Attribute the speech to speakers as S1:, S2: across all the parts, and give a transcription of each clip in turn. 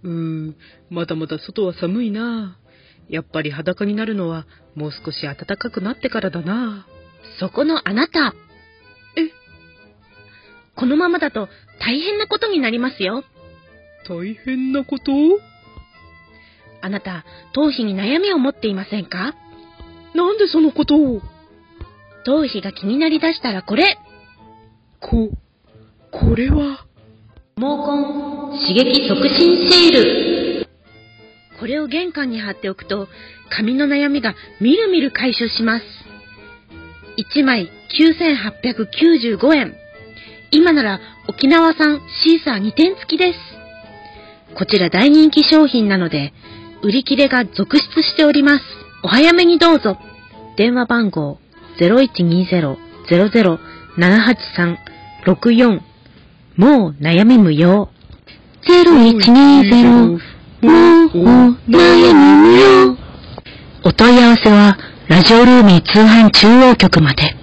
S1: まだまだ外は寒いな。やっぱり裸になるのはもう少し暖かくなってからだな。
S2: そこのあなた。このままだと大変なことになりますよ。
S1: 大変なこと？
S2: あなた、頭皮に悩みを持っていませんか？
S1: なんでそのことを？
S2: 頭皮が気になりだしたらこれ。
S1: これは？
S2: 毛根刺激促進シール。これを玄関に貼っておくと、髪の悩みがみるみる解消します。1枚9895円。今なら沖縄産シーサー2点付きです。こちら大人気商品なので、売り切れが続出しております。お早めにどうぞ。電話番号 0120-00-783-64。もう悩み無用。0120もう悩み無用。お問い合わせはラジオルーミー通販中央局まで。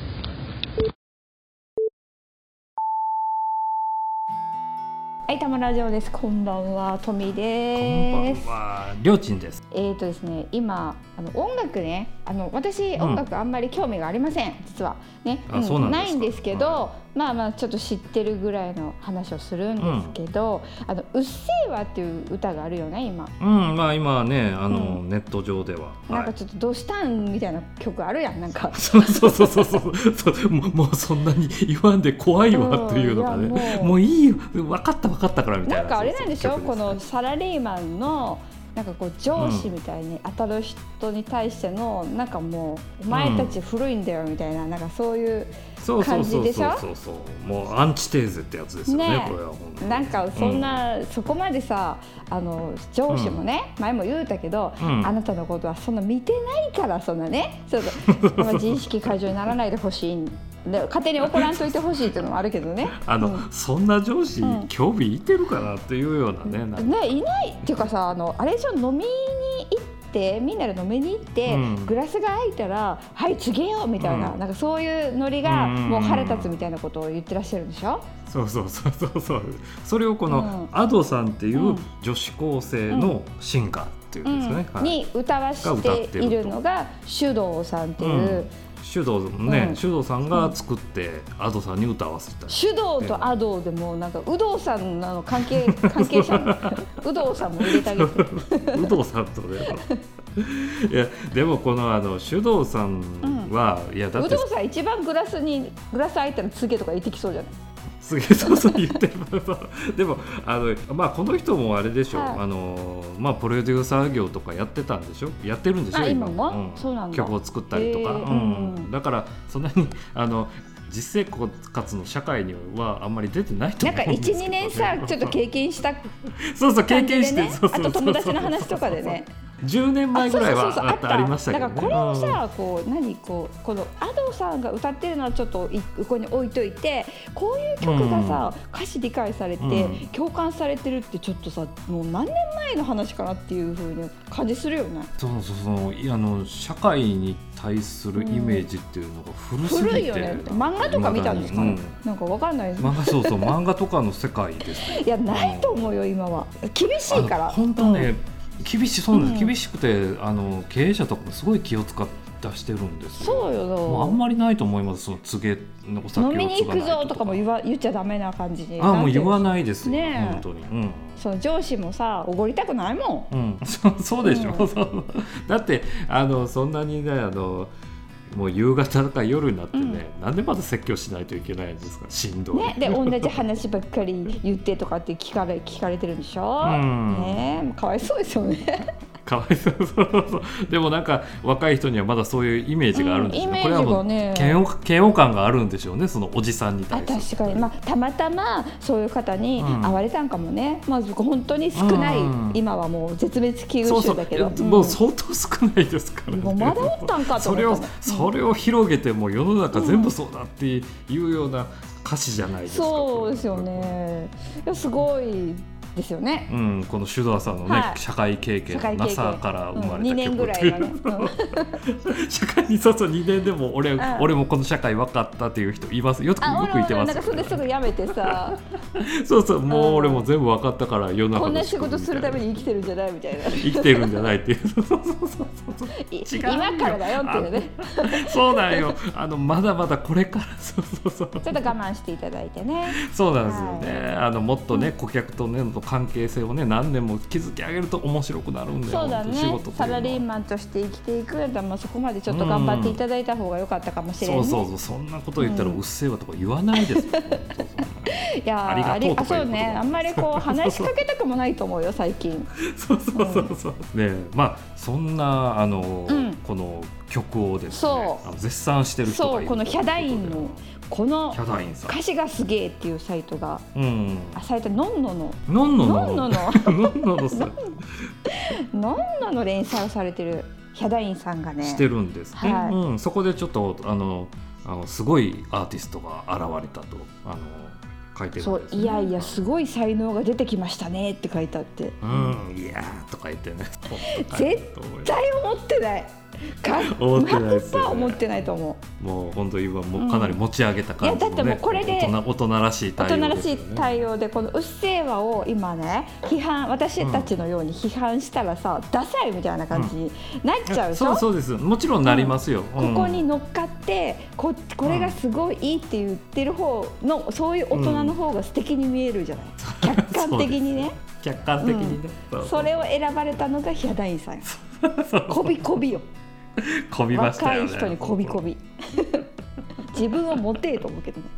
S3: はい、たまラジオです。こんばんは、トミです。
S4: こんばんは、りょうちんです。
S3: ですね、今音楽ね、私音楽あんまり興味がありません、実はね、ないんですけど、まあちょっと知ってるぐらいの話をするんですけど、うっせぇわっていう歌があるよね、今。
S4: まあ今ね、ネット上では
S3: なんかちょっとどうしたんみたいな曲あるやん、なんか。
S4: そうもうそんなに言わんで怖いわというのがね、もういいよ、分かったからみたいな。
S3: なんかあれなんでしょ、このサラリーマンのなんかこう上司みたいに当たる人に対しての、なんかもうお前たち古いんだよみたいな、なんかそういう感じでしょ。
S4: そうもうアンチテーゼってやつですよね、これは本当に。なんか
S3: そんな、そこまでさ、上司もね、前も言うたけど、あなたのことはそんな見てないから、そんなね、自意識過剰にならないでほしい。勝手に怒らんといてほしいっていうのもあるけどね。
S4: そんな上司、興味いてるかなっていうようなね。
S3: いないっていうかさ、あれ以上飲みに行ってみんなで飲みに行って、グラスが空いたらはい次げようみたいな、なんかそういうノリがもう腹立つみたいなことを言ってらっしゃるんでしょ。
S4: そうそれをこのアドさんっていう女子高生のシンガーっていうんですね、
S3: に歌わしているのが手動さんっていう、
S4: 手動さんが作ってアドさんに歌わせた。
S3: 手動とアドでもなんか有働さんの関係者有働さんも入れてあげて
S4: 有働さんとねいやでもこの手動さんは、いやだって有
S3: 働さん一番グラス空いたらつげとか言ってきそうじゃない。
S4: すげえそう言ってるでもこの人もあれでしょ、プロデューサー業とかやってたんでしょ、やってるんでしょ
S3: 今も、そうなんだ。
S4: 曲を作ったりとか、だからそんなに実生活の社会にはあんまり出てないと思うんですけど、
S3: なんか 1,2 年さちょっと経験した
S4: 経験して、
S3: あと友達の話とかでね
S4: 10年前ぐらいはありましたけどね。
S3: だからこれをさ、このアドさんが歌ってるのはちょっとここに置いといて、こういう曲がさ、歌詞理解されて、共感されてるってちょっとさ、もう何年前の話かなっていう風に感じするよね。
S4: 社会に対するイメージっていうのが古すぎて、
S3: 古いよね。漫画とか見たんですかね、なんかわかんないです。
S4: 漫画とかの世界ですね。
S3: いやないと思うよ、今は厳しいから。
S4: 本当ね、厳しくて経営者とかもすごい気を使って出してるんですよ。
S3: そうよ、
S4: もうあんまりないと思います。その告げのお酒を
S3: 飲みに行くぞとかも言っちゃダメな感じに。
S4: もう言わないです
S3: ね、
S4: 本当に。
S3: その上司もさ、おごりたくないもん。
S4: そうでしょ。だってそんなにね、もう夕方とか夜になってね、なんでまだ説教しないといけないんですか、しんどい、
S3: ね、で同じ話ばっかり言ってとかって聞かれてるんでしょ、ね、かわいそうですよね。
S4: かわいそうでもなんか若い人にはまだそういうイメージがあるんですよ、
S3: ね、
S4: これはもう嫌悪感があるんでしょうね、そのおじさんに対して。
S3: 確かに、たまたまそういう方に会われたんかもね、本当に少ない、今はもう絶滅危惧種だけど、
S4: もう相当少ないですからね。
S3: もうまだおったんかと思った
S4: それを広げても世の中全部そうだっていうような歌詞じゃないですか。
S3: そうですよね。いやすごいですよね。
S4: このシュドラさんのね、社会経験のなさから生まれた曲、
S3: 2年ぐらいがね、
S4: 社会にそう2年でも俺もこの社会分かったっていう人いますよく言ってます。
S3: なんかそれですぐやめてさ
S4: そうもう俺も全部分かかったから世の中
S3: こんな仕事するために生きてるんじゃないみたいな、
S4: 生きてるんじゃないっていう
S3: 今からだよっていうね
S4: そうなんよ、まだまだこれからそう
S3: ちょっと我慢していただいてね。
S4: そうなんですよね、もっとね、顧客とねの関係性をね何年も築き上げると面白くなるんで。
S3: そうだね、
S4: 仕事
S3: サラリーマンとして生きていくんだったら、そこまでちょっと頑張っていただいた方が良かったかもしれない、ね。
S4: そうそんなこと言ったらうっせえわとか言わないですよ、
S3: いや
S4: ありがとうとか
S3: そうね、あんまりこう話しかけたくもないと思うよ最近。
S4: そうね、そんなこの曲をですね、絶賛してる人がいる。
S3: そう、このヒャダインのこの
S4: ヒャダインさん、
S3: 歌詞がすげえっていうサイトが、サイトのんのの連載をされてるヒャダインさんがね
S4: してるんですね。そこでちょっとすごいアーティストが現れたと書いてるんですね。
S3: そう、いやいやすごい才能が出てきましたねって書いてあって、
S4: いやーとか言ってね、
S3: 絶対思ってない。
S4: 思ってないですよね。
S3: 思ってないと思う。
S4: もう本当に今もうかなり持ち上げた感じのね、
S3: いやだってもうこれで
S4: 大人らしい対応ですよね。
S3: 大人らしい対応で、このうっせぇわを今ね私たちのように批判したらさ、ダサいみたいな感じになっちゃうでしょ。
S4: そうです、もちろんなりますよ。
S3: ここに乗っかってこれがすごいいいって言ってる方の、そういう大人の方が素敵に見えるじゃない、客観的にね。
S4: 客観的にね、
S3: それを選ばれたのがヒャダインさん。こびよ。
S4: こびましたよね。
S3: 若い人にこび自分を持てと思うけどね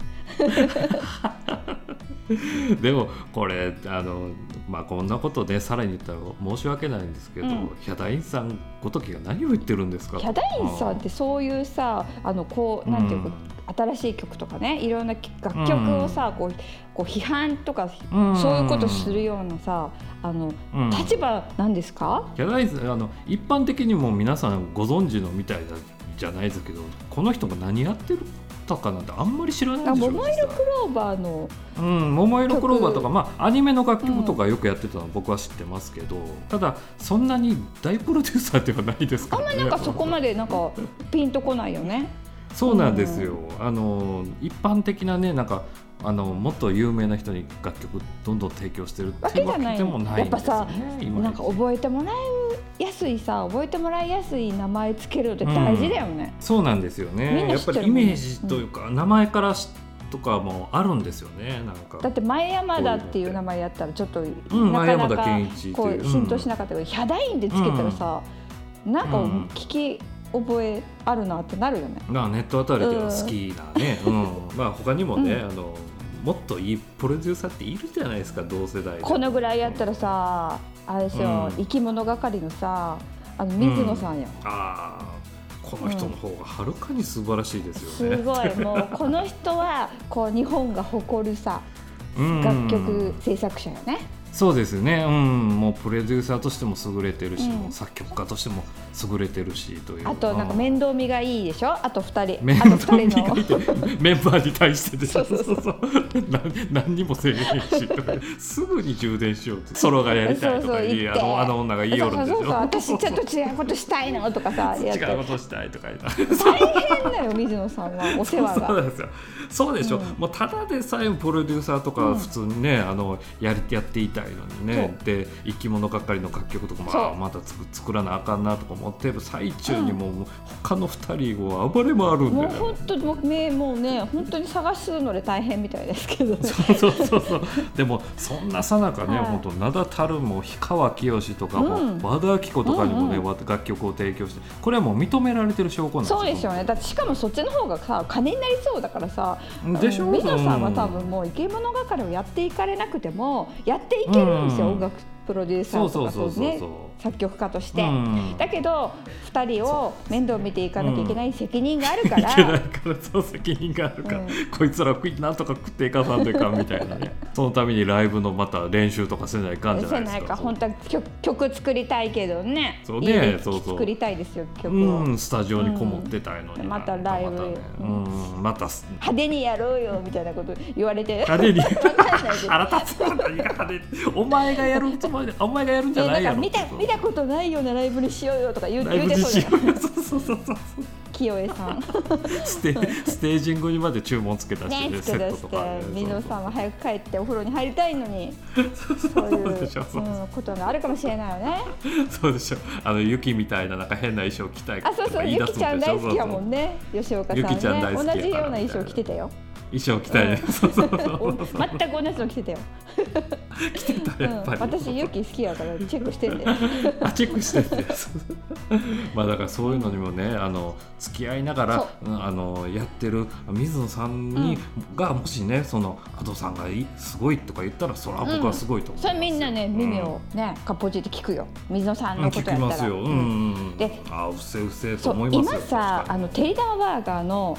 S4: でもこれこんなことねさらに言ったら申し訳ないんですけど、ヒャダインさんごときが何を言ってるんですか。
S3: ヒャダインさんってそういうさこうなんていうか、新しい曲とかね、いろんな楽曲をさ、こう批判とか、そういうことするようなさ立場なんですか。
S4: ヒャダインさん一般的にも皆さんご存知のみたいじゃないですけど、この人が何やってるかなんてあんまり知らないでしょ。
S3: 桃色クローバーの
S4: 桃色クローバーとか、アニメの楽曲とかよくやってたの僕は知ってますけど、ただそんなに大プロデューサーではないですからね。
S3: あんまりなんかそこまでなんかピンとこないよね。
S4: そうなんですよ。一般的なね、なんかもっと有名な人に楽曲どんどん提供してるっていうわけでもないんですよね。
S3: なんか覚えてもらいやすい名前つけるって大事だよね。
S4: そうなんですよね。やっぱりイメージというか、名前からとかもあるんですよね。なんか
S3: だって前山田っていう名前やったらちょっとなかなかこう浸透しなかったけど、ヒャダインでつけたらさ、なんか聞き覚えあるなってなるよね。
S4: ネットあたりでは好きなね、他にもね、もっといいプロデューサーっているじゃないですか、同世代で。
S3: このぐらいやったらさ、あれですよ、生き物係のさ水野さんよ。
S4: この人の方がはるかに素晴らしいですよね。
S3: すごい、もうこの人はこう日本が誇るさ、楽曲制作者よね。
S4: そうですね、もうプロデューサーとしても優れてるし、もう作曲家としても優れてるしという。
S3: あとなんか面倒見がいいでしょ。あと2人
S4: 面倒見がいいメンバーに対してでしょ。何にもせえへんしすぐに充電しようと、ソロがやりたいとかあの女が言いよるんでしょ。
S3: 私ちょっと違うことしたいのとかさ、
S4: 違うことしたいとか言った
S3: 大変だよ水野さんは、お世話が。
S4: そうですよ。そうでしょ、もうただでさえプロデューサーとか普通にね、やっていたいのにね、で生き物係の楽曲とかまた作らなあかんなとか思ってる最中にもう他の2人を暴れ回るんで、
S3: もう本当にもうね、本当に探すので大変みたいですけどね。
S4: そうでもそんなさなかね、本当名だたるもう氷川きよしとかも和田アキ子とかにもね、楽曲を提供して、これはもう認められてる証拠なんですよ。
S3: そうですよね。だってしかもそっちの方がさ金になりそうだからさ、
S4: でしょ。
S3: 水野さんは多分もう生き物係をやっていかれなくてもやっていけるんですよ、音楽ププロデューサーとかとね作曲家として、だけど2人を面倒見ていかなきゃいけない責任があるから、
S4: いけないからそう責任があるから、こいつらなんとか食っていかさんといかんみたいなねそのためにライブのまた練習とかせないかんじゃないですか。
S3: せないか、本当は曲作りたいけどね、
S4: そうね、そう
S3: 作りたいですよ曲を、
S4: スタジオにこもってたいのに、
S3: またライブ
S4: また
S3: 派手にやろうよみたいなこと言われて
S4: 派手に腹立つわ、何が派手にお前がやるつもりでお前がやるんじゃないやろ、
S3: 見たことないようなライブにしようよとか言うてそうじゃんそう清江さん
S4: ステージングにまで注文つけたし、
S3: ね、セットとか水野さんは早く帰ってお風呂に入りたいのにそういうことがあるかもしれないよね。
S4: そうでしょ、雪みたいななんか変な衣装着たいとか
S3: 言い出すんでしょ。ゆきちゃん大好きやもんね、吉岡さんね、同じような衣装着てたよ。
S4: 衣装着たいね、そう
S3: 全く同じの着てたよ
S4: 着てたやっぱり、
S3: 私ユキ好きやからチェックしてんで
S4: チェックしててまあだからそういうのにもね付き合いながらやってる水野さんに、がもしねその加藤さんがすごいとか言ったらそれは僕はすごいと思う、
S3: それみんなね耳をねかっぽじって聞くよ、水野さんのことやったら。聞きますよ、
S4: でうせと思いますよ。
S3: 今さテリダーバーガーの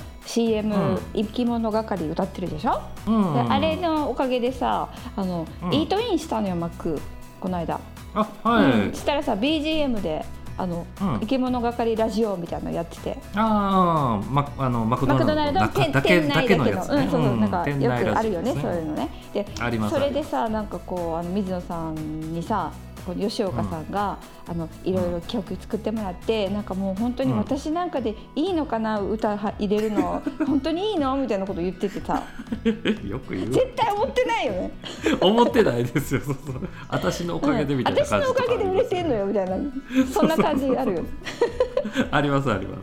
S3: CM、生き物係歌ってるでしょ、であれのおかげでさイートインしたのよマックこの間。したらさ BGM で生き物係ラジオみたいなのやってて、
S4: マクドナルド
S3: 店内だけのやつね、なんかよくあるよね、そういうのね。でそれでさなんかこう水野さんにさ吉岡さんがいろいろ曲作ってもらって、なんかもう本当に私なんかでいいのかな、歌入れるの本当にいいのみたいなこと言っててさ
S4: よく言う。
S3: 絶対思ってないよね
S4: 思ってないですよ。私のおかげでみたいな感じとか、
S3: 私のおかげで売れてんのよみたいなそんな感じあるよ
S4: ありますあります。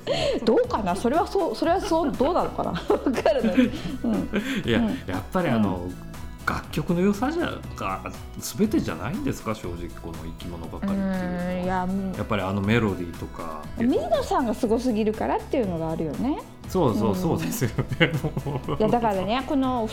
S3: どうかな、それはそうどうなのかな分からない、
S4: いや、やっぱり楽曲の良さが全てじゃないんですか、正直この生き物ばかりっていうのは。やっぱりメロディーとか
S3: 水野さんがすごすぎるからっていうのがあるよね。
S4: そうですよね。
S3: いやだからね、この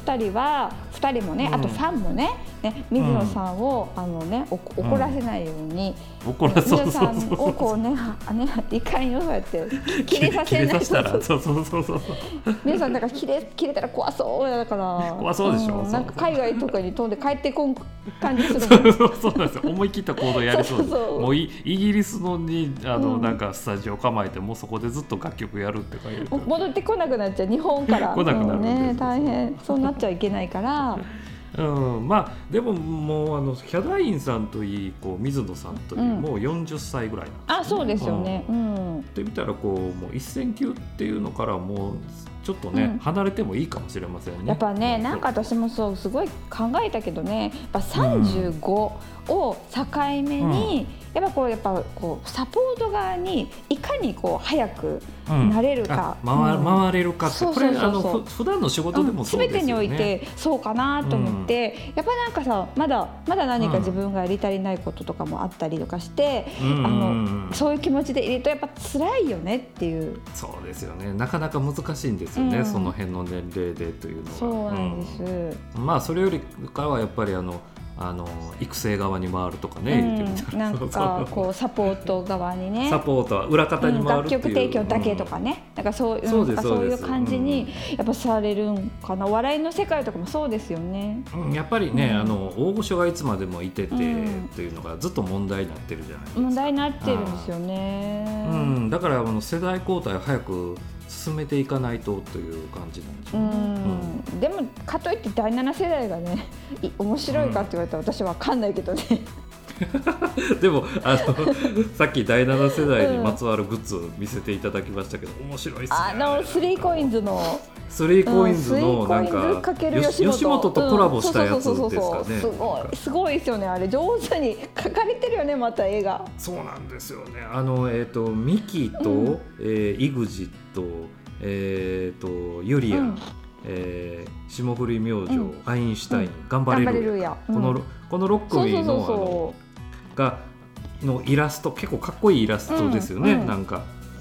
S3: 2人もね、あとファンもね、水野さんを怒らせないように、水野さんをこうねいかんよそうやって切れさせない。皆さんだから切れたら怖そうだから。怖
S4: そうでしょ。
S3: なんか海外とかに飛んで帰ってこん感じする。
S4: そうなんですよ。思い切った行動やりそうです。もうイギリスのになんかスタジオ構えてもうそこでずっと楽曲やるって書いて。戻
S3: ってこなくなっちゃう、日本から
S4: 来なくなる
S3: ね、大変そうなっちゃいけないから
S4: まあでももうヒャダインさんといい水野さんといい、もう40歳ぐらいなんですよね。
S3: そうですよね。
S4: って見たらもう一線級っていうのからもうちょっとね、離れてもいいかもしれませんね。
S3: やっぱね、なんか私もすごい考えたけどね、やっぱ35を境目に、やっぱこうサポート側にいかに早くなれるか、
S4: 回れるかって、これ普段の仕事でもそうですよね。全てに
S3: おいてそうかなと思って、やっぱなんかさまだ何か自分がやり足りないこととかもあったりとかして、そういう気持ちでいるとやっぱ辛いよねっていう。
S4: そうですよね、なかなか難しいんですよね、その辺の年齢でというのは。
S3: そうなんです。
S4: まあそれよりかはやっぱり育成側に回るとかね、
S3: なんかこうサポート側にね、
S4: サポートは裏方に回るっていう、
S3: 楽曲提供だけとかね、なんかそういう感じにやっぱされるんかな。笑いの世界とかもそうですよね。
S4: やっぱりね、大御所がいつまでもいててっていうのがずっと問題になってるじゃないですか。
S3: 問題になってるんですよね。
S4: だから世代交代を早く進めていかないとという感じなんでしょうね。
S3: でもかといって第7世代がね面白いかって言われたら私は分かんないけどね
S4: でもさっき第7世代にまつわるグッズを見せていただきましたけど、面白いですね。
S3: 3コインズの
S4: なんか吉本とコラボしたやつですかね。
S3: すごいですよね、あれ上手に描かれてるよね、また絵が。
S4: そうなんですよね。ミキとEXIT、ユリアン、霜降り明星、アインシュタイン、頑張れるや、この6組のイラスト、結構かっこいいイラストですよね。なんか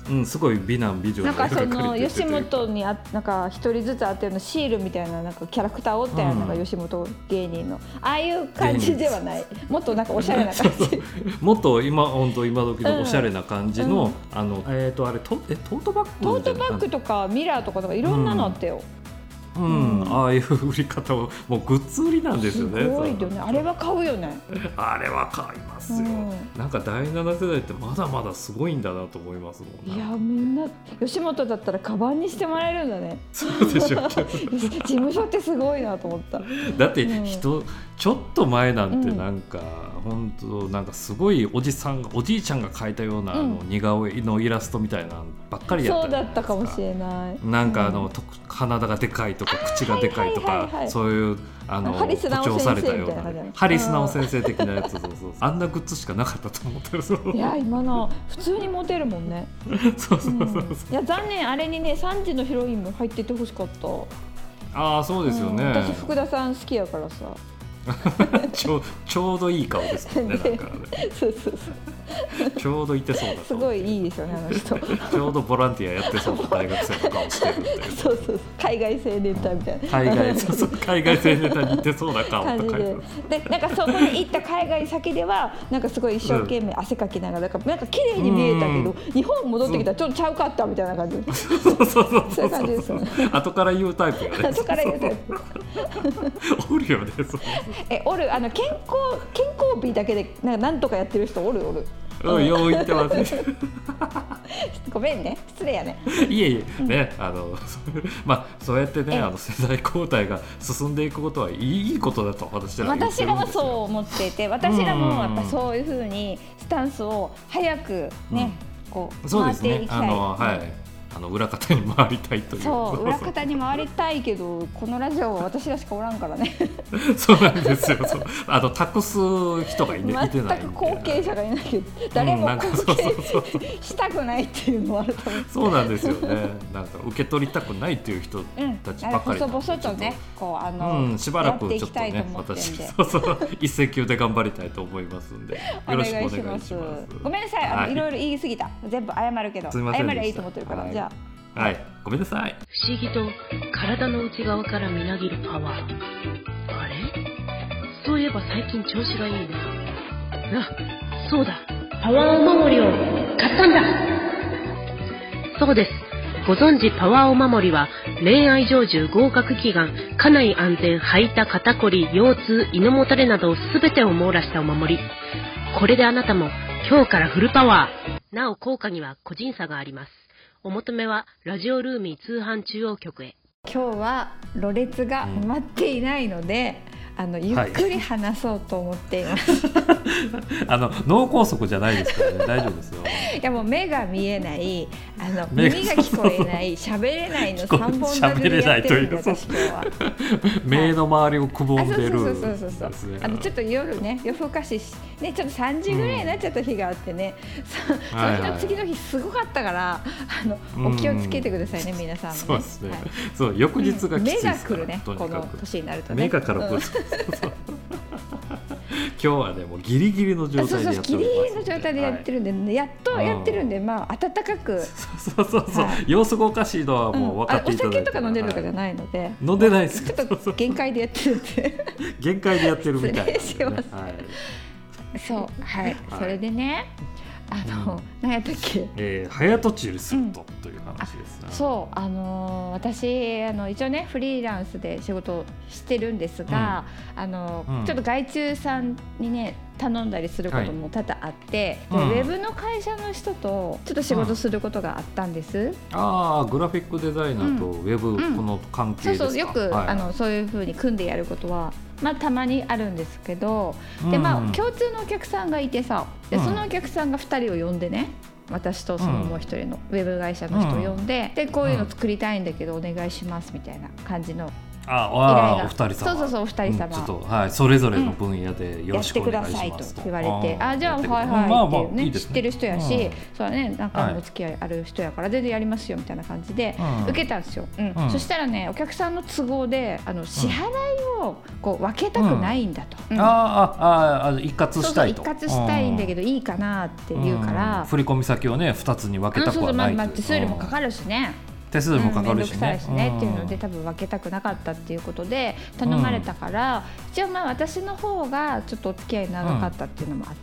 S4: すごい美男美女
S3: なんかその吉本になんか一人ずつあってるのシールみたいな、 なんかキャラクターおったやん、なんか吉本芸人のああいう感じではない、もっとなんかおしゃれな感じ
S4: もっと今時のおしゃれな感じの、あれトートバッグ
S3: とかミラーとかいろんなのあったよ。
S4: ああいう売り方をもうグッズ売りなんですよね。
S3: すごいよね。あれは買うよね。
S4: あれは買いますよ。なんか第7世代ってまだまだすごいんだなと思いますもん。
S3: いやみんな吉本だったらカバンにしてもらえるんだね。
S4: そうでしょ。
S3: 事務所ってすごいなと思った。
S4: だってちょっと前なんてなんか、本当なんかすごいおじいちゃんが描いたような似顔絵のイラストみたいなばっかりやったじゃないですか。
S3: そうだったかもしれない。
S4: なんか鼻がでかいとか口がでかいとか、そういう誇張されたようなハリスナオ先生的なやつ、そうあんなグッズしかなかったと思ってる。
S3: いや今の普通にモテるもんね。
S4: そう
S3: いや残念、あれにね3時のヒロインも入っててほしかった。
S4: ああそうですよね。
S3: 私福田さん好きやからさ
S4: ちょうどいい顔ですもんね。なんかね
S3: そう
S4: ちょうどいてそうだと。
S3: すごいいいですよね、あの人
S4: ちょうどボランティアやってそうな大学生の顔してるっていう
S3: そう海外青年隊みたいな
S4: 海外青年隊に行ってそうな顔とかで
S3: なんかそこに行った海外先ではなんかすごい一生懸命汗かきながらなんか綺麗に見えたけど、日本戻ってきたらちょっとちゃうかったみたいな感じでそういう感じですよね。
S4: 後から言うタイプやね。
S3: 後から言うタイプ
S4: おるよね。
S3: おる、健康美だけでなんとかやってる人おる。
S4: よう言ってますね。
S3: ごめんね、失礼やね。
S4: いえね、まあそうやってね、世代交代が進んでいくことはいいことだと私らは言ってるんですよ。
S3: 私らはそう思っていて、私らもやっぱそういう風にスタンスを早くね、こう回っていきたい。
S4: 裏方に回りたいという。
S3: そう裏方に回りたいけど、このラジオは私らしかおらんからね。
S4: そうなんですよ。託す人がいてないんで。
S3: 全く後継者がいないけど、誰も後継したくないっていうのはあると思う。
S4: そうなんですよね。なんか受け取りたくないっていう人たちばっかり。
S3: 細々とね、こう
S4: しばらくちょっとね、私一石級で頑張りたいと思いますんで、よろしくお願いします。
S3: ごめんなさい、いろいろ言い過ぎた。全部謝るけど、謝りゃいいと思ってるから、じゃあ。
S4: はい、ごめんなさい。
S2: 不思議と体の内側からみなぎるパワー。あれ？そういえば最近調子がいいな。あ、そうだ。パワーお守りを買ったんだ。そうです。ご存知パワーお守りは恋愛成就、合格祈願、家内安全、吐いた肩こり、腰痛、胃のもたれなどすべてを網羅したお守り。これであなたも今日からフルパワー。なお効果には個人差があります。お求めはラジオルーミー通販中央局へ。
S3: 今日はろれつが埋まっていないので、ゆっくり話そうと思っています、
S4: 脳梗塞じゃないですからね、大丈夫ですよ。
S3: いやもう目が見えない、耳が聞こえない、喋れないの3本立てでやってるんで、私今日は
S4: 目の周りをくぼんでる。
S3: ちょっと夜ね、夜更かしね、ちょっと3時ぐらいになっちゃった日があってね、その日の次の日すごかったから、お気をつけてくださいね、皆さんもね。
S4: そうですね、そう翌日がきついですから、
S3: 目が来るね、この年になるとね。
S4: 目がからくる今日はね、もうギリギリの状態でやっております。
S3: ギリギリの状態でやってるんで、やっとやってるんで、まあ暖かく。
S4: 様子がおかしいのはもう分かっていただいて、
S3: お酒とか飲んでるとかじゃないので、
S4: 飲んでないです。
S3: ちょっと限界でやってるんで。
S4: 限界でやってるみたいな。
S3: 失礼します。そう、はい、それでね。何やったっけ、
S4: 早とちりするとという話ですね。
S3: そう、私一応ねフリーランスで仕事をしてるんですが、ちょっと外注さんにね頼んだりすることも多々あって、ウェブの会社の人とちょっと仕事することがあったんです。
S4: グラフィックデザイナーとウェブこの関係ですか。
S3: そうよくそういう風に組んでやることはたまにあるんですけど、で共通のお客さんがいてさ、でそのお客さんが2人を呼んでね、私とそのもう一人のウェブ会社の人を呼んで、でこういうの作りたいんだけどお願いしますみたいな感じの
S4: お二人様、
S3: そうお二人様、
S4: ちょっと、はい、それぞれの分野でよろしくお願いします、
S3: やってくださいと言われて、じゃあはいっていうね、知ってる人やし、そうね、なんかお付き合いある人やから全然やりますよみたいな感じで受けたんですよ。そしたらね、お客さんの都合で支払いをこう分けたくないんだと。
S4: 一括したいと。
S3: そう一括したいんだけどいいかなって言うから、
S4: 振込先をね2つに分けたくはない。
S3: 手数料もかかるしね。
S4: 手数料もかかるしね、
S3: 面倒くさいしねっていうので多分分けたくなかったっていうことで頼まれたから、一応私の方がちょっとお付き合い長かったっていうのもあって、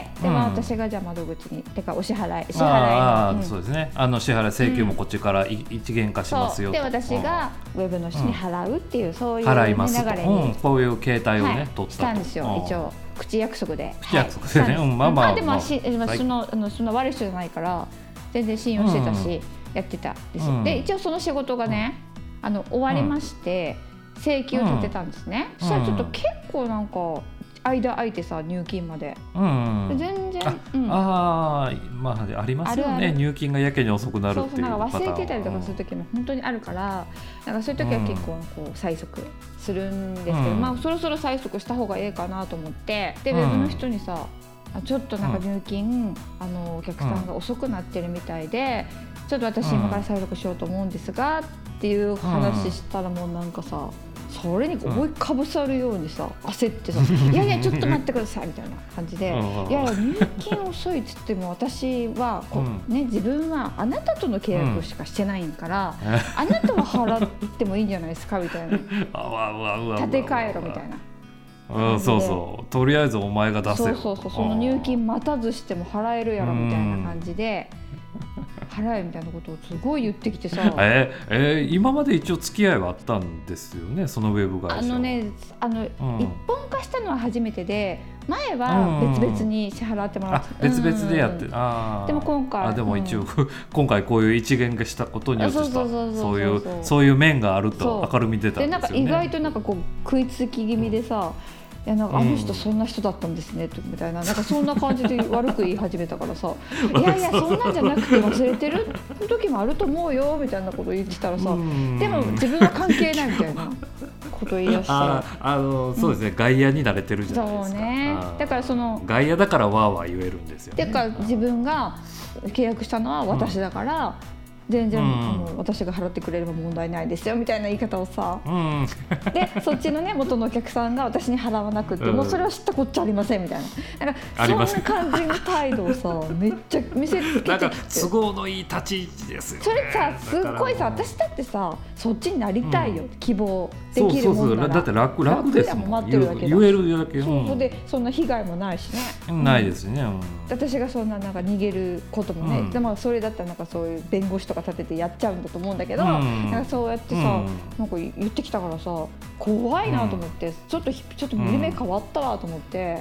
S3: で私がじゃあ窓口にてかお支払いの、
S4: そうですね、支払い請求もこっちから一元化しますよと、
S3: で私がウェブの人に払うっていう、そういう
S4: 払いますと、
S3: 流れに、
S4: こういう形態をね、取ったと
S3: したんですよ。一応口約束で、
S4: 口約束でね、でも
S3: そんな悪い人じゃないから全然信用してたし、やってたんですよ。で一応その仕事がね終わりまして、請求を立てたんですね。そしたらちょっと結構なんか間空いてさ、入金まで、全然
S4: ありますよね、入金がやけに遅くなるっていう
S3: なんか忘れてたりとかする時も本当にあるから、なんかそういう時は結構こう催促するんですけど、そろそろ催促した方がいいかなと思って、でウェブの人にさ、ちょっとなんか入金、お客さんが遅くなってるみたいで、ちょっと私今から催促しようと思うんですがっていう話したら、もうなんかさ、それに覆いかぶさるようにさ、焦ってさいやいやちょっと待ってくださいみたいな感じで、いやいや入金遅いっつっても私は自分はあなたとの契約しかしてないんから、あなたは払ってもいいんじゃないですかみたいな、立て替えろみたいな。
S4: そうとりあえずお前が出せよ、
S3: その入金待たずしても払えるやろみたいな感じで、払えみたいなことをすごい言ってきてさ、
S4: 今まで一応付き合いはあったんですよね、そのウェブ会社。
S3: 一本化したのは初めてで、前は別々に支払ってもらって、
S4: 別々でやって、で
S3: も今回
S4: でも一応今回こういう一元化したことによってそういう面があると明るみ出たんですよね。でなんか
S3: 意外となんかこう食いつき気味でさ、いやなんかあの人そんな人だったんですねみたいな、なんかそんな感じで悪く言い始めたからさいやいやそんなんじゃなくて忘れてる時もあると思うよみたいなこと言ってたらさ、でも自分は関係ないみたいなこと言い出して
S4: そうですね、外野に慣れてるじゃないですか。
S3: そうね、だからその
S4: 外野だからわーわー言えるんですよね。
S3: だから自分が契約したのは私だから、全然私が払ってくれれば問題ないですよみたいな言い方をさ、でそっちのね元のお客さんが私に払わなくて、もうそれは知ったこっちゃありませんみたいな、なんかそんな感じの態度をさめっちゃ見せつけてきて、
S4: なんか都合のいい立ち位置ですよね。
S3: それさすっごいさ、私だってさそっちになりたいよ、希望できるもんなら、
S4: だって楽ですもん、言えるだけ、
S3: そうでそんな被害もないしね、
S4: ないですね。
S3: 私がそんななんか逃げることもね、でもそれだったらなんかそういう弁護士とか立ててやっちゃうんだと思うんだけど、なんかそうやってさ、なんか言ってきたからさ怖いなと思って、ちょっと見る目変わったわと思って、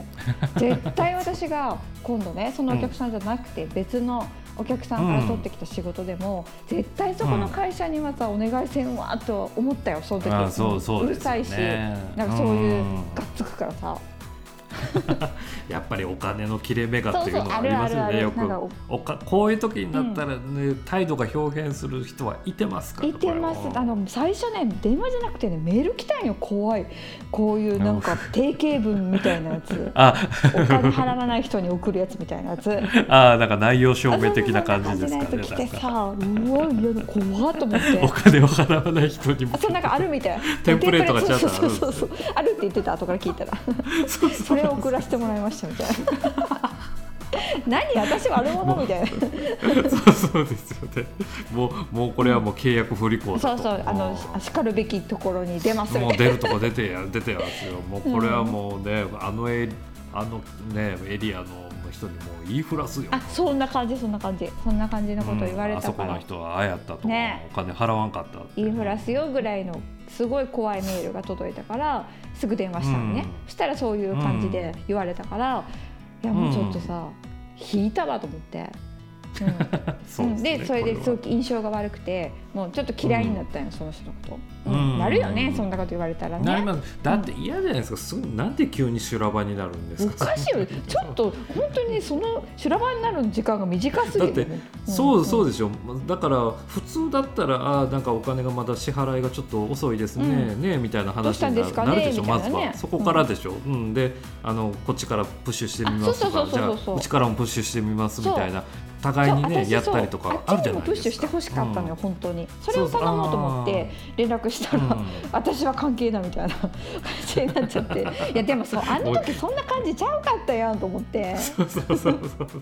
S3: 絶対私が今度ねそのお客さんじゃなくて別のお客さんから取ってきた仕事でも、絶対そこの会社にはさお願いせんわと思ったよ、その時。うるさいし、なんかそういうがっつくからさ
S4: やっぱりお金の切れ目がっていうのがありますよね。よくこういう時になったら、ね、態度が表現する人はいてますから。
S3: いてます。最初ね電話じゃなくてねメール来たんよ、怖い。こういうなんか定型文みたいなやつお金払わない人に送るやつみたいなやつ
S4: なんか内容証明的な感じですかね。
S3: 来てさ、うわ怖っと思って
S4: お金を払わない人にも
S3: なんかあるみたいな
S4: テンプレートがちゃんとある。
S3: そうあるって言ってた後から聞いたらそれを送らせてもらいましたみたいな何私悪者みたいな
S4: そうですよね。もうこれはもう契約不履行だと。
S3: そうしかるべきところに出ますみたいな。
S4: もう出るとこ出てやですよ。もうこれはもうね、あのエリアの人にもう言いふらすよ。
S3: そんな感じのこと言われたから、
S4: あそこの人はああやったとか、ね、お金払わんかった
S3: 言いふらすよぐらいのすごい怖いメールが届いたからすぐ電話したのね、そしたらそういう感じで言われたから、いやもうちょっとさ、引いたわと思って、でそれですごく印象が悪くてもうちょっと嫌いになったよ、その人のこと、なるよね、そんなこと言われたらね。
S4: なります。だって嫌じゃないですか、なんで急に修羅場になるんですか。
S3: おかしいよ、ちょっと本当にその修羅場になる時間が短すぎる、
S4: だってそうでしょ。だから普通だったらなんかお金がまだ支払いがちょっと遅いですね、ねみたいな話になるでしょ、まずはそこからでしょ、でこっちからプッシュしてみますとか、じゃあうちからもプッシュしてみますみたいな、互いにねやったりとかあるじゃないですか。
S3: プッシュしてほしかったのよ、本当に。それを頼もうと思って連絡したら、私は関係ないみたいな感じになっちゃって、いやでもあの時そんな感じちゃうかったやんと思って。
S4: そう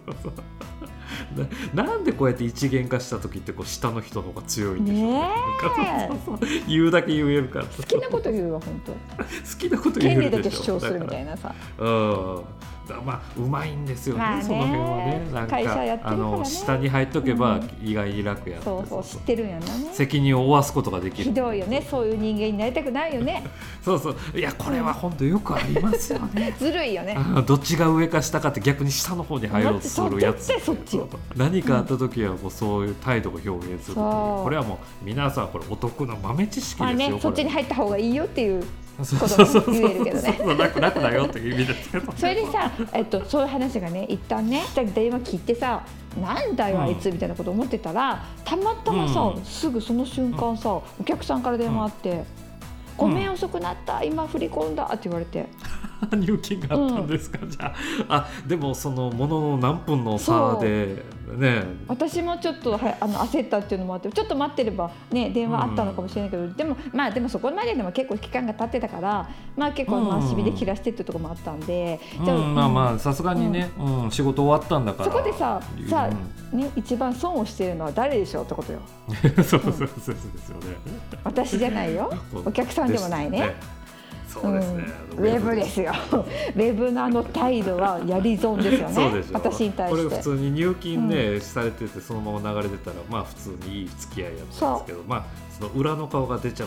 S4: なんでこうやって一元化した時って下の人の方が強いんでしょうね。言うだけ言えるから、
S3: 好きなこと言うわ本当。
S4: 好きなこと言えるでしょ。
S3: 権利だけ主張するみたいなさ。
S4: うまいんですよね、その辺はね。なんか
S3: 会社やってるからね、
S4: 下に入っとけば意外に楽やって、
S3: そう知ってるんやなね。
S4: 責任を負わすことができる。
S3: ひどいよね、そういう人間になりたくないよね。
S4: いやこれは本当よくありますよね。
S3: ずるいよね。
S4: どっちが上か下かって逆に下の方に入ろうとするやつ。
S3: そっちよ。
S4: 何かあった時はもうそういう態度を表現する。これはもう皆さんこれお得な豆知識ですよ。
S3: そっちに入った方がいいよっていう
S4: こと
S3: も言えるけどね。
S4: 楽だよっていう意味ですけど。
S3: それでさ、そういう話がね一旦ね電話切ってさ、なんだよあいつみたいなこと思ってたら、たまたまさ、すぐその瞬間さ、お客さんから電話あって、ごめん遅くなった、今振り込んだって言われて。
S4: 入金があったんですか、じゃあ。でもそのものの何分の差でね。私
S3: もちょっと焦ったっていうのもあって、ちょっと待ってればね電話あったのかもしれないけど、でもそこまででも結構期間が経ってたから、結構しびれ切らしてっていうところもあったんで、
S4: さすがにね、仕事終わったんだから。
S3: そこでさね、一番損をしているのは誰でしょうってことよ。
S4: そうですよね。
S3: 私じゃないよ、お客さんでもないね。
S4: そうですね、
S3: ウェブですよ。ウェブの態度はやり損ですよね。
S4: そうでしょ。
S3: 私に対して。
S4: これ普通に入金ね、されててそのまま流れてたら普通にいい付き合いやったんですけど、その裏の顔が出ちゃった。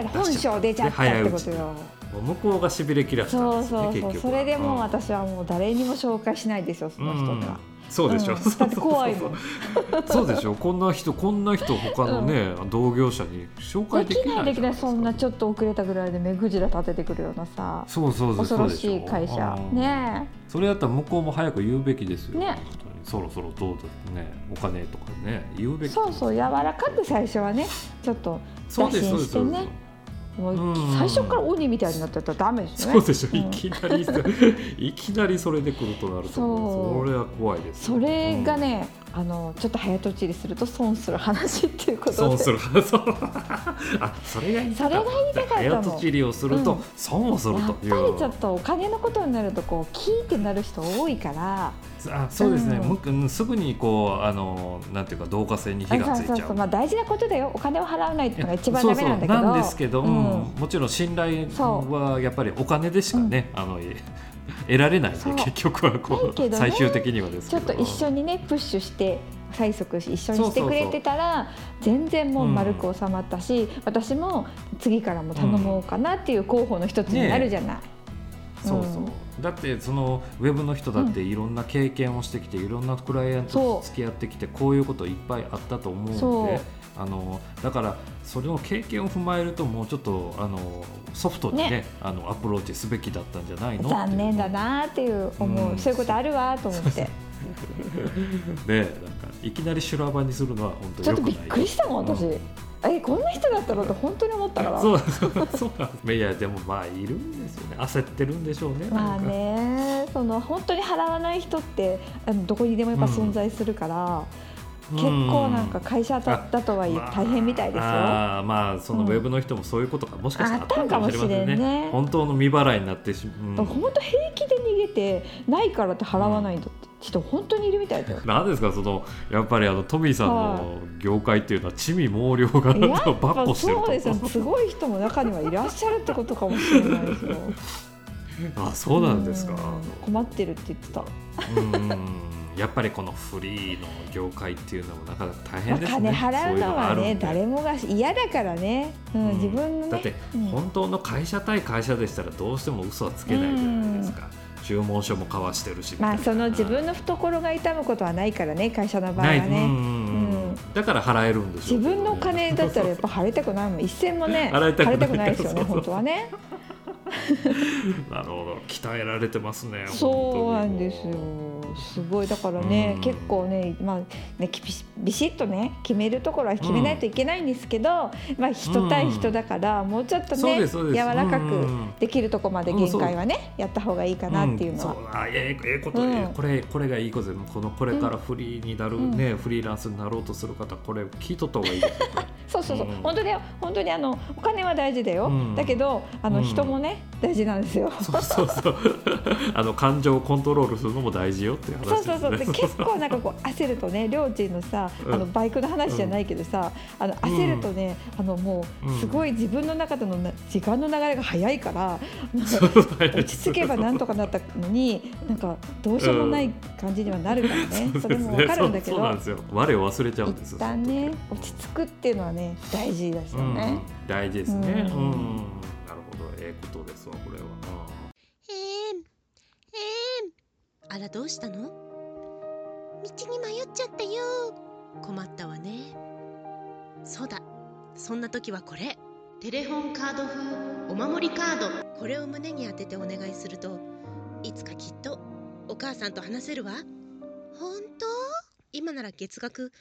S3: 本性出ちゃったってことよ。
S4: 向こうがしびれ切らしたんですね、結局。
S3: それでもう私はもう誰にも紹介しないですよ、その人には。
S4: そうでしょ。
S3: だって怖いもん。
S4: そうでしょ。こんな人他のね、同業者に紹介できない。
S3: できない。そんなちょっと遅れたぐらいで目くじら立ててくるようなさ。恐ろしい会社ね。
S4: それだったら向こうも早く言うべきですよ
S3: ね。
S4: そろそろどうだね、お金とかね言うべき。
S3: そう柔らかく最初はね、ちょっと打診してね。最初から鬼みたいになってたらダメですよね。
S4: そうでしょ。いきなりそれで来るとなると、それは怖いです。
S3: それがね、ちょっと早とちりすると損する話っていうことで。
S4: 損する話。それが言いたかった。早とちりをすると損をするという。
S3: やっぱりちょっとお金のことになるとキーってなる人多いから。
S4: そうですね。すぐになんていうか導火線に火がついちゃう。
S3: 大事なことだよ。お金を払わないっていうのが一番ダメなんだけど。
S4: なんですけど、もちろん信頼はやっぱりお金でしかね、得られないんで、結局は最終的にはですけど、
S3: ちょっと一緒にねプッシュして催促一緒にしてくれてたら全然もう丸く収まったし、私も次からも頼もうかなっていう候補の一つになるじゃない。
S4: だってそのウェブの人だっていろんな経験をしてきて、いろんなクライアントと付き合ってきて、こういうこといっぱいあったと思うので、だからそれの経験を踏まえると、もうちょっとソフトにねアプローチすべきだったんじゃないの。
S3: 残念だなっていう思う、そういうことあるわと思って。
S4: なんかいきなり修羅場にするのは本当に良くない。
S3: ちょっとびっくりしたもん私。こんな人だったのって本当に思ったから。
S4: そうなんです。いやでもいるんですよね。焦ってるんでしょうね。
S3: 本当に払わない人ってどこにでもやっぱ存在するから、結構なんか会社だとはいえ大変みたいですよ。
S4: そのウェブの人もそういうことがもしかしたらあったかもしれませんね。本当の未払いになって
S3: 本当平気で逃げてないからって払わないんだって人本当にいるみたいだよ。
S4: なんですかやっぱりトミーさんの業界っていうのは地味猛量が抜歩してると。
S3: そうですよ。すごい人も中にはいらっしゃるってことかもしれないですよ。
S4: そうなんですか。
S3: 困ってるって言ってた。
S4: やっぱりこのフリーの業界っていうのもなかなか大変ですね。
S3: 金払うのはね、誰もが嫌だからね。自分のね。
S4: だって本当の会社対会社でしたらどうしても嘘はつけないじゃないですか。注文書も交わしてるし。
S3: その自分の懐が痛むことはないからね、会社の場合はね。
S4: だから払えるんでしょう。
S3: 自分の金だったらやっぱ払いたくないもん。一銭もね払いたくないですよね、本当はね。
S4: なるほど、鍛えられてますね。
S3: そうなんですよ。 すごいだからね、結構ね、ビシッとね決めるところは決めないといけないんですけど、人対人だからもうちょっとね柔らかくできるところまで限界はね、やった方がいいかなっていうのは、
S4: これがいいことで、これからフリーになるね、フリーランスになろうとする方、これ聞いとった方がいいですよ。
S3: そう、本当だよ、本当にお金は大事だよ、だけど人もね大事なんですよ。
S4: そう感情をコントロールするのも大事よっていう話ですね。
S3: そうで結構なんかこう焦るとね、りょーちんのさバイクの話じゃないけどさ、焦るとねもうすごい自分の中での時間の流れが早いから落ち着けばなんとかなったのになんかどうしようもない感じにはなるからね、それも分かるんだけど、
S4: そうなんですよ、我を忘れちゃうんですよ。
S3: 一旦ね落ち着くっていうのはね大事ですよね。
S4: 大事ですね。なるほど、ことですわこれは。
S2: あらどうしたの？道に迷っちゃったよ。困ったわね。そうだ、そんな時はこれ、テレフォンカード風お守りカード。これを胸に当ててお願いすると、いつかきっとお母さんと話せるわ。本当？今なら月額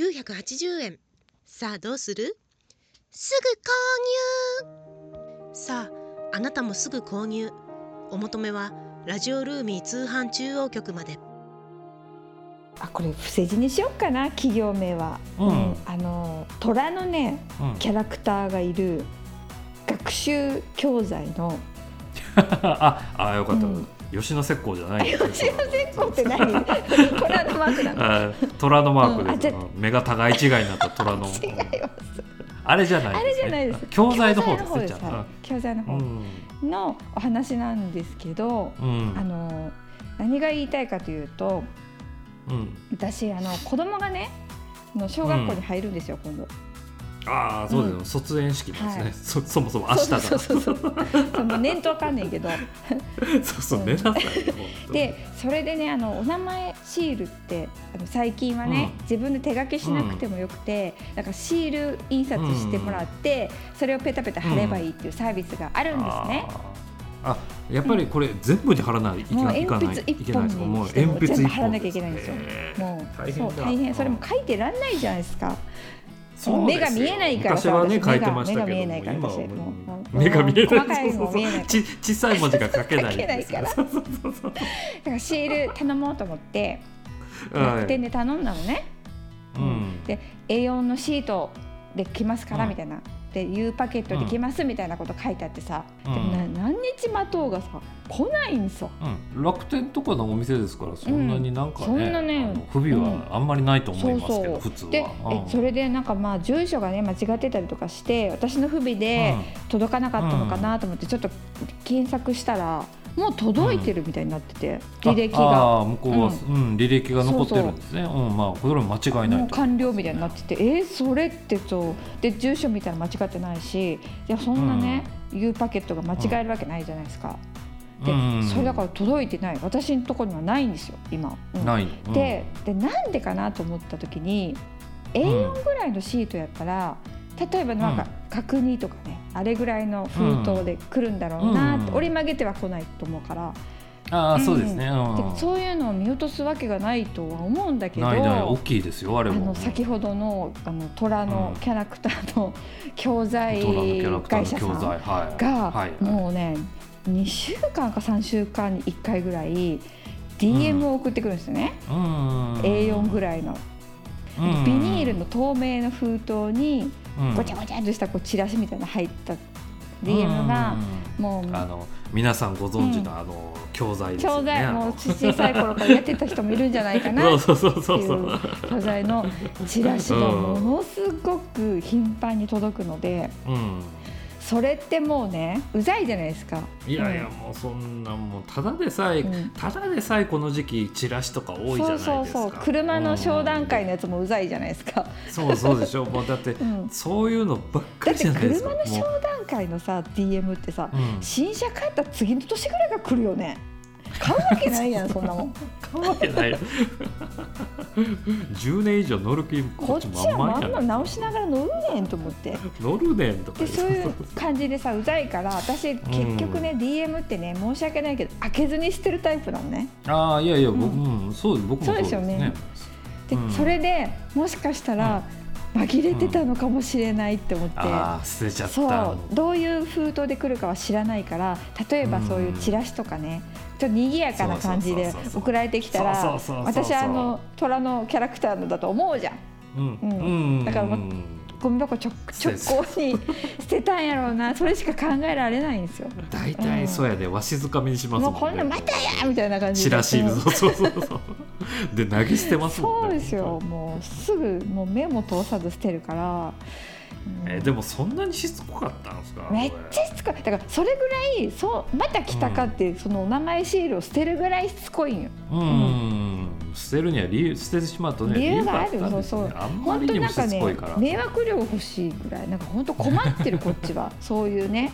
S2: 980円。さあどうする？すぐ購入。さああなたもすぐ購入。お求めはラジオルーミー通販中央局まで。これ伏せ字にしよっかな、企業名は。虎のね、キャラクターがいる学習教材の
S4: よかった、吉野石膏じゃない。
S3: 吉野石膏って何？虎のマークなの？
S4: 虎のマークです。目が互い違いになった虎の。
S3: 違います。
S4: あれじゃないですね。教材の方ですね。
S3: 教材の方のお話なんですけど、何が言いたいかというと、私子供がね小学校に入るんですよ、今度。
S4: そうです、卒園式なんですね。そもそも明日だ。
S3: その念とわかんないけど。
S4: 寝なさい。
S3: でそれでねお名前シールって最近はね、自分で手書きしなくてもよくて、なんかシール印刷してもらって、それをペタペタ貼ればいいっていうサービスがあるんですね。
S4: やっぱりこれ全部に貼らないといけない。
S3: もう鉛筆一本にしても全部貼らなきゃいけないんですよ。もう大変。それも書いてらんないじゃないですか。目が見えないからさ、
S4: 昔はね書いてましたけど、
S3: 目が見えないから私
S4: 目が見えない、
S3: 細かいのも見えない、
S4: 小さい文字が書けない
S3: からだからシール頼もうと思って楽天で頼んだのね。で A4 のシートで来ますからみたいな、で U パケットで来ますみたいなこと書いてあってさ、でも何日待とうがさ来ないんさ。
S4: 楽天とかのお店ですから、そんなになんかね、不備はあんまりないと思いますけど、普通は。
S3: でそれでなんか住所がね間違ってたりとかして、私の不備で届かなかったのかなと思ってちょっと検索したら、もう届いてるみたいになってて、履歴が
S4: 向こうは履歴が残ってるんですね。これは間違いない。
S3: もう完了みたいになってて、それってで住所見たら間違ってないし、いやそんなね U パケットが間違えるわけないじゃないですか。でそれだから届いてない、私のところにはないんですよ今。
S4: ない
S3: でなんでかなと思った時に A4 ぐらいのシートやったら、例えばなんか角煮とかね、あれぐらいの封筒で来るんだろうなって、折り曲げては来ないと思うから。
S4: そうですね。
S3: でそういうのを見落とすわけがないとは思うんだけど、
S4: 大きいですよあれも。
S3: 先ほどの虎のキャラクターの教材会社さんがもうね2週間か3週間に1回ぐらい DM を送ってくるんですよね。A4 ぐらいのビニールの透明の封筒にごちゃごちゃとしたチラシみたいな入った DM がもう
S4: 皆さんご存知の教材ですよね。
S3: 教材もう小さい頃からやってた人もいるんじゃないかなっていう教材のチラシがものすごく頻繁に届くので、それってもうねうざいじゃないですか。
S4: いやもうそんなもうただでさえこの時期チラシとか多いじゃないですか。
S3: そう車の商談会のやつもうざいじゃないですか。
S4: そうでしょ。もうだって、そういうのばっかりじゃないですか。
S3: だって車の商談会のさ DM ってさ、新車買った次の年ぐらいが来るよね。 買うわけないやんそんなもん
S4: 買うわけない10年以上乗る気
S3: こっちはもうあんな直しながら乗るねんと思って
S4: 乗るねんとか
S3: でそういう感じでさうざいから私結局ね、DM ってね申し訳ないけど開けずに捨てるタイプなのね。
S4: ああいやいや、僕もそうですよね。
S3: でそれでもしかしたら紛れてたのかもしれないって思って、
S4: あ捨てちゃった。
S3: そうどういう封筒で来るかは知らないから、例えばそういうチラシとかねちょっと賑やかな感じで送られてきたら私虎のキャラクターのだと思うじゃん。だからゴミ箱直行に捨てたんやろうなそれしか考えられないんですよ。
S4: 大体そうやで、わしづかみにしますもんね。
S3: もうこんなまたやみたいな感じで
S4: チラシそうで投げ捨てますもんね。
S3: そうですよ、もうすぐもう目も通さず捨てるから。
S4: でもそんなにしつこかったんですか？
S3: めっちゃしつこい。だからそれぐらいまた来たかって、そのお名前シールを捨てるぐらいしつこいんよ。
S4: 捨てるには捨ててしまうとね
S3: 理由がある。そう
S4: あんまりにもしつこいから、
S3: 迷惑料欲しいぐらいなんか本当困ってるこっちはそういうね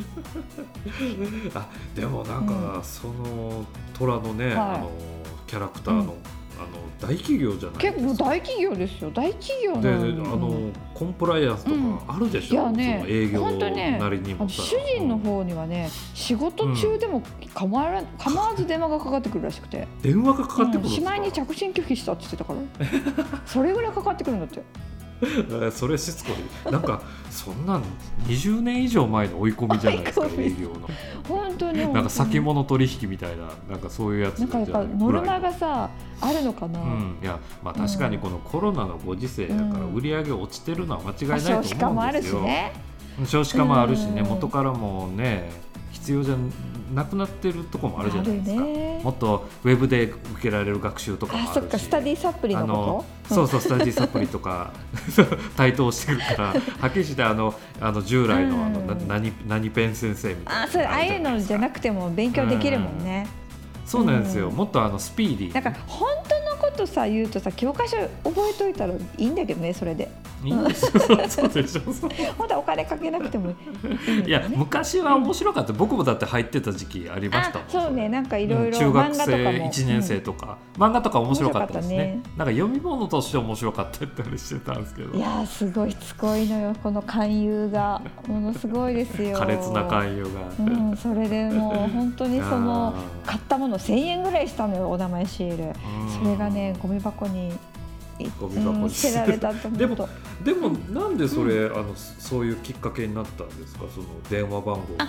S4: でもなんか、その虎のね、キャラクターの、大企業じゃないですか。
S3: 結構大企業ですよ。大企業
S4: でコンプライアンスとかあるでしょ、
S3: いやね、
S4: その営業なりにも
S3: 主人の方にはね、仕事中でも構わず電話がかかってくるらしくて、
S4: 電話がかかってくるんですか？
S3: しまいに着信拒否したって言ってたからそれぐらいかかってくるんだって
S4: それしつこい。なんかそんなん20年以上前の追い込みじゃないですか営業の。
S3: 本当に
S4: なんか先物取引みたいな、なんかそういうやつじゃない。
S3: なんかやっぱノルマがさあるのかな。
S4: いやまあ確かにこのコロナのご時世だから売り上げ落ちてるのは間違いないと思うんですよ。少子化もあるしね。少子化もあるしね、元からもね必要じゃなくなってるところもあるじゃないですか。もっとウェブで受けられる学習とかもあるし。
S3: そっか、スタディサプリのこ
S4: と？そうスタディサプリとか台頭してるからはっきりして従来の何ペン先生みたいな。
S3: ああいうのじゃなくても勉強できるもんね。
S4: そうなんですよ。もっとスピーディー。
S3: なんか本当のことさ言うとさ、教科書覚えといたらいいんだけどね、それで。
S4: いいんですよ。そうでしょ。
S3: まだお金かけなくてもいい、ね。
S4: いや昔は面白かった。僕もだって入ってた時期ありましたもん。
S3: そうね、なんかいろいろ
S4: 中学生1年生とか、漫画とか面白かったですね。なんか読み物として面白かったってあれしてたんですけど。
S3: いやすごいしつこいのよ、この勧誘がものすごいですよ。
S4: 苛烈な勧誘が。
S3: それでもう本当に買ったもの1000円ぐらいしたのよ、お名前シール。それがねゴミ箱に捨てられたと思うと。
S4: でもなんでそれ、そういうきっかけになったんですか、その電話番号とか。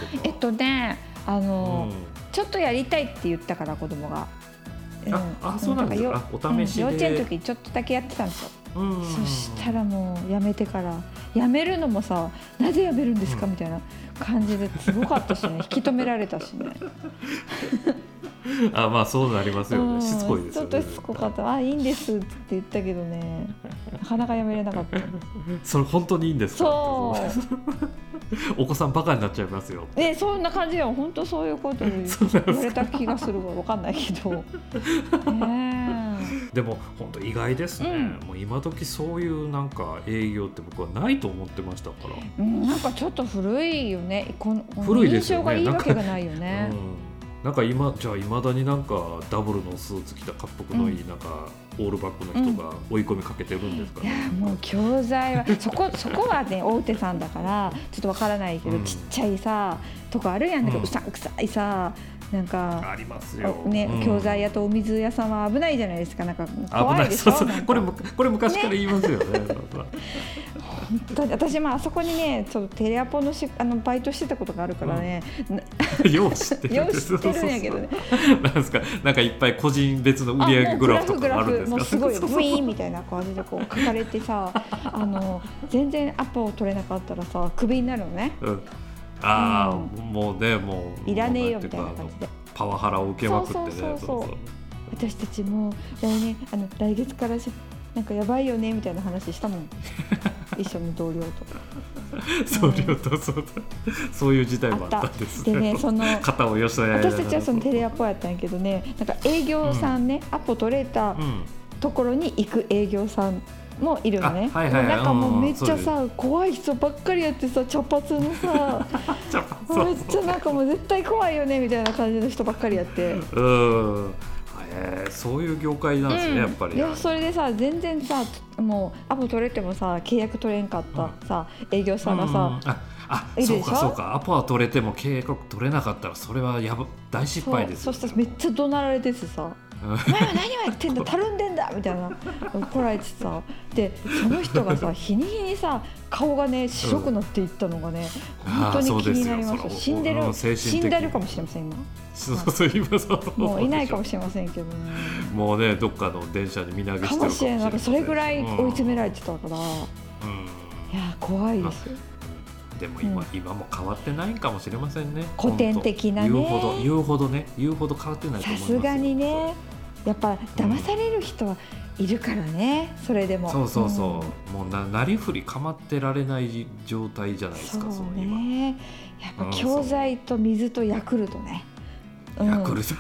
S3: ちょっとやりたいって言ったから子供が。
S4: そうなんですか。お試しで。
S3: 幼稚園の時ちょっとだけやってたんですよ。そしたらもうやめてから、やめるのもさ、なぜやめるんですかみたいな感じですごかったしね、引き止められたしね。
S4: まあそうなりますよね。しつこいですよね。
S3: ちょっとしつこかった。いいんですって言ったけどね、なかなかやめれなかった。
S4: それ本当にいいんですか？
S3: そう
S4: お子さんバカになっちゃいますよ。
S3: そんな感じよ。本当そういうことに言われた気がするわ。分かんないけど。
S4: でも本当意外ですね。もう今時そういうなんか営業って僕はないと思ってましたから。
S3: なんかちょっと古いよね。
S4: 古いですよね。
S3: 印象がいいわけがないよね。
S4: なんか未だになんかダブルのスーツ着た恰幅のいいなんかオールバックの人が追い込みかけてるんですかね。
S3: いやもう教材はそこはね大手さんだからちょっとわからないけど、ちっちゃいさとこあるやん。なんかうさんくさいさ、なんか
S4: ありますよ
S3: ね、教材屋とお水屋さんは危ないじゃないですか。なんか怖いでしょ。
S4: これ昔から言いますよね。
S3: 本当に私もあそこにねちょっとテレアポのバイトしてたことがあるからね、
S4: よう知ってるん
S3: やけどね。
S4: なんですか、なんかいっぱい個人別の売り上げグラフとかもあるんですか？
S3: もうすごいブイーンみたいな感じでこう書かれてさ全然アポを取れなかったらさクビになるのね。もうね、もういらねえよみたいな感じで
S4: パワハラを受けまくってね。
S3: 私たちも来月からなんかやばいよねみたいな話したもん。一緒の同僚と。
S4: そういう事態もあったんですね。
S3: でね、
S4: 肩を寄せ合い。
S3: 私たちはそのテレアポやったんやけどね、なんか営業さんね、アポ取れたところに行く営業さんもいるのね。なんかもうめっちゃさ、怖い人ばっかりやってさ、茶髪のさめっちゃなんかもう絶対怖いよねみたいな感じの人ばっかりやって。
S4: そういう業界なんですね、やっぱり。
S3: いや、それでさ、全然さ、もうアポ取れてもさ、契約取れんかったさ、営業さんがさ、
S4: そうかそうか、アポは取れても契約取れなかったらそれは大失敗ですよ。
S3: そしたらめっちゃ怒鳴られててさお前は何をやってんだ、たるんでんだみたいな怒られてさ、でその人がさ日に日にさ顔がね白くなっていったのがね、本当に気になりました。死んでるかもしれません今。もういないかもしれませんけどね。
S4: もうね、どっかの電車に身投げしてるかもしれない。
S3: なんかそれぐらい追い詰められてたから、いや怖いですよ。
S4: でも今も変わってないかもしれませんね。
S3: 古典的なね、
S4: 言うほど変わってないと思います。
S3: さすがにね、やっぱ騙される人はいるからね、それでも。
S4: そう、もうなりふり構ってられない状態じゃないですか。
S3: そうね、やっぱ教材と水とヤクルトね。
S4: ヤクルト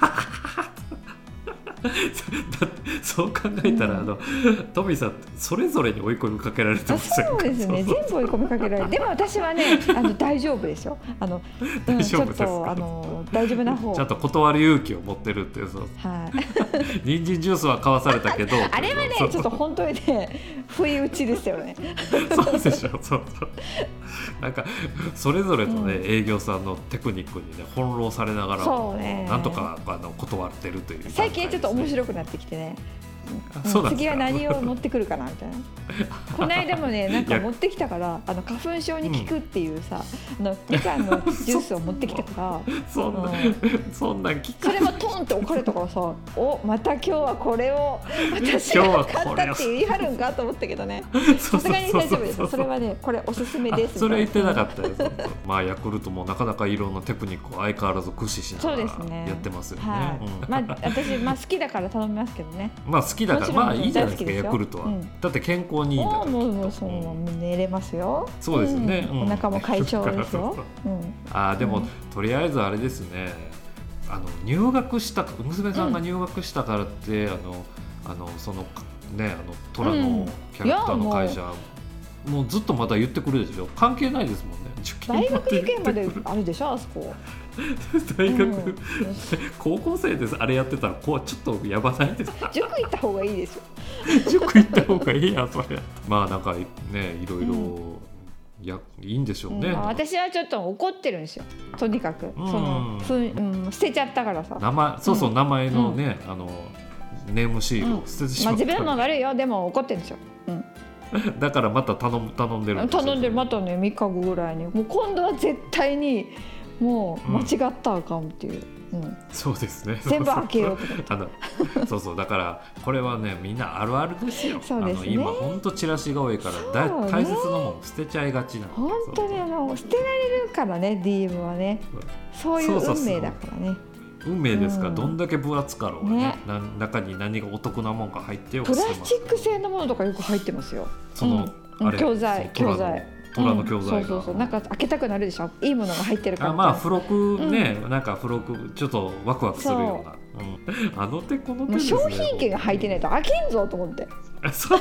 S4: そう考えたら、トミーさんそれぞれに追い込みかけられてますよ。
S3: そうですね、全部追い込みかけられる。でも私はね、大丈夫ですよ。ちょっと大丈夫な方。
S4: ちゃんと断る勇気を持ってるっていう。人参ジュースは買わされたけど
S3: あれはね、ちょっと本当にね、不意打ちですよね。
S4: そうでしょ。なんかそれぞれのね、営業さんのテクニックにね翻弄されながらも、なんとか断ってるという。
S3: 最近ちょっと面白くなってきてね、次は何を持ってくるかなみたいな。この間もね、なんか持ってきたから花粉症に効くっていうさ、みかんのジュースを持ってきたから
S4: そんなん聞く。
S3: それもトンって置かれたからさ、また今日はこれを私が買ったって言い張るんかと思ったけどね、さすがに大丈夫ですよ。それはね、これおすすめです。
S4: それ言ってなかったですまあヤクルトもなかなかいろんなテクニックを相変わらず駆使しながらやってますよね。
S3: 私好きだから頼みますけどね。
S4: 好きだからいいじゃないですか、ヤクルトは。だって健康にいいんだから。
S3: もう寝れますよ。
S4: そうですね。
S3: お腹も快調ですよ。
S4: でもとりあえずあれですね、入学した娘さんが入学したからってそのね、虎のキャラクターの会社もうずっとまた言ってくるでしょ。関係ないですもんね。
S3: 大学受験まであるでしょ、あそこ。
S4: 大学、高校生です。あれやってたらちょっとやばないですか。
S3: 塾行った方がいいですよ。
S4: 塾行った方がいいや、それ。なんかね、いろいろいいんでしょうね。
S3: 私はちょっと怒ってるんですよ。とにかく捨てちゃったからさ。
S4: 名前のね、ネームシールを捨ててしまった。
S3: 自分も悪いよ。でも怒ってるんですよ。
S4: だからまた頼んでるんですよ。
S3: 頼んでまたね、3日後ぐらいにもう今度は絶対にもう間違ったらあかんっていう。
S4: そうですね。
S3: 全部開けようと
S4: そうだからこれはね、みんなあるあるですよ。
S3: そうですね。
S4: 今本当チラシが多いから大切なもの捨てちゃいがちなの。
S3: 本当に捨てられるからね、 DM はね。そういう運命だからね。
S4: 運命ですから、どんだけ分厚かろうね、中に何がお得なもんが入ってよ。
S3: プラスチック製のものとかよく入ってますよ。教材虎の教材が、なんか開けたくなるでしょ。いいものが入ってるから。
S4: 付録ね、なんか付録ちょっとワクワクするような、あの手この手ですね。
S3: 商品券が入ってないと開けんぞと思って。
S4: そう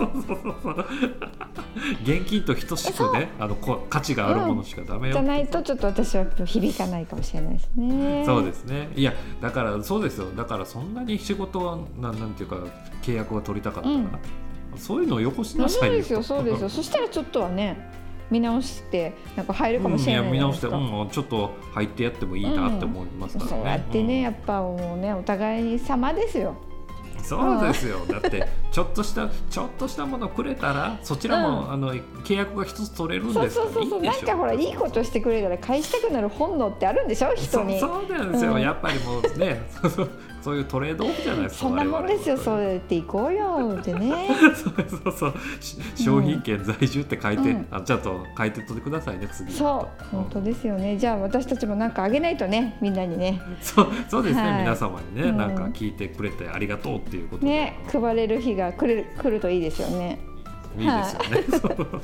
S4: 現金と等しくね、価値があるものしかダメよ。
S3: じゃないとちょっと私は響かないかもしれないですね。
S4: そうですね。いやだからそうですよ。だからそんなに仕事はなんていうか契約が取りたかったら、そういうのをよこしなさいよ。
S3: そうですよ。そしたらちょっとはね、見直してなんか入るかもしれないじゃないですか。
S4: 見直して、ちょっと入ってやってもいいなって思いますからね。
S3: そうやってね、やっぱもうね、お互いに様ですよ。
S4: そうですよ。だってちょっとしたものくれたらそちらも、契約が一つ取れるんですから。
S3: そうなんかほら、いいことしてくれたら返したくなる本能ってあるんでしょ、人に。
S4: そうなんですよ。やっぱりもうねそういうトレードオフじゃないですか。
S3: そんなもんですよ。そうやっていこうよってね。
S4: そう商品券在住って書いて、ちゃんと書いてとってくださいね、次。
S3: 本当ですよね。じゃあ私たちもなんかあげないとね、みんなにね。
S4: そうですね。皆様にね、なんか聞いてくれてありがとうっていうことで
S3: ね、配れる日が来るといいですよね。
S4: いいですよね。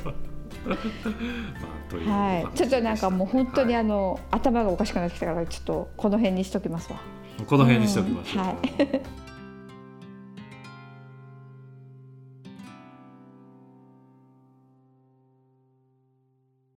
S3: ちょっとなんかもう本当に頭がおかしくなってきたから、ちょっとこの辺にしときますわ。
S4: この辺にしておきましょう。
S3: はい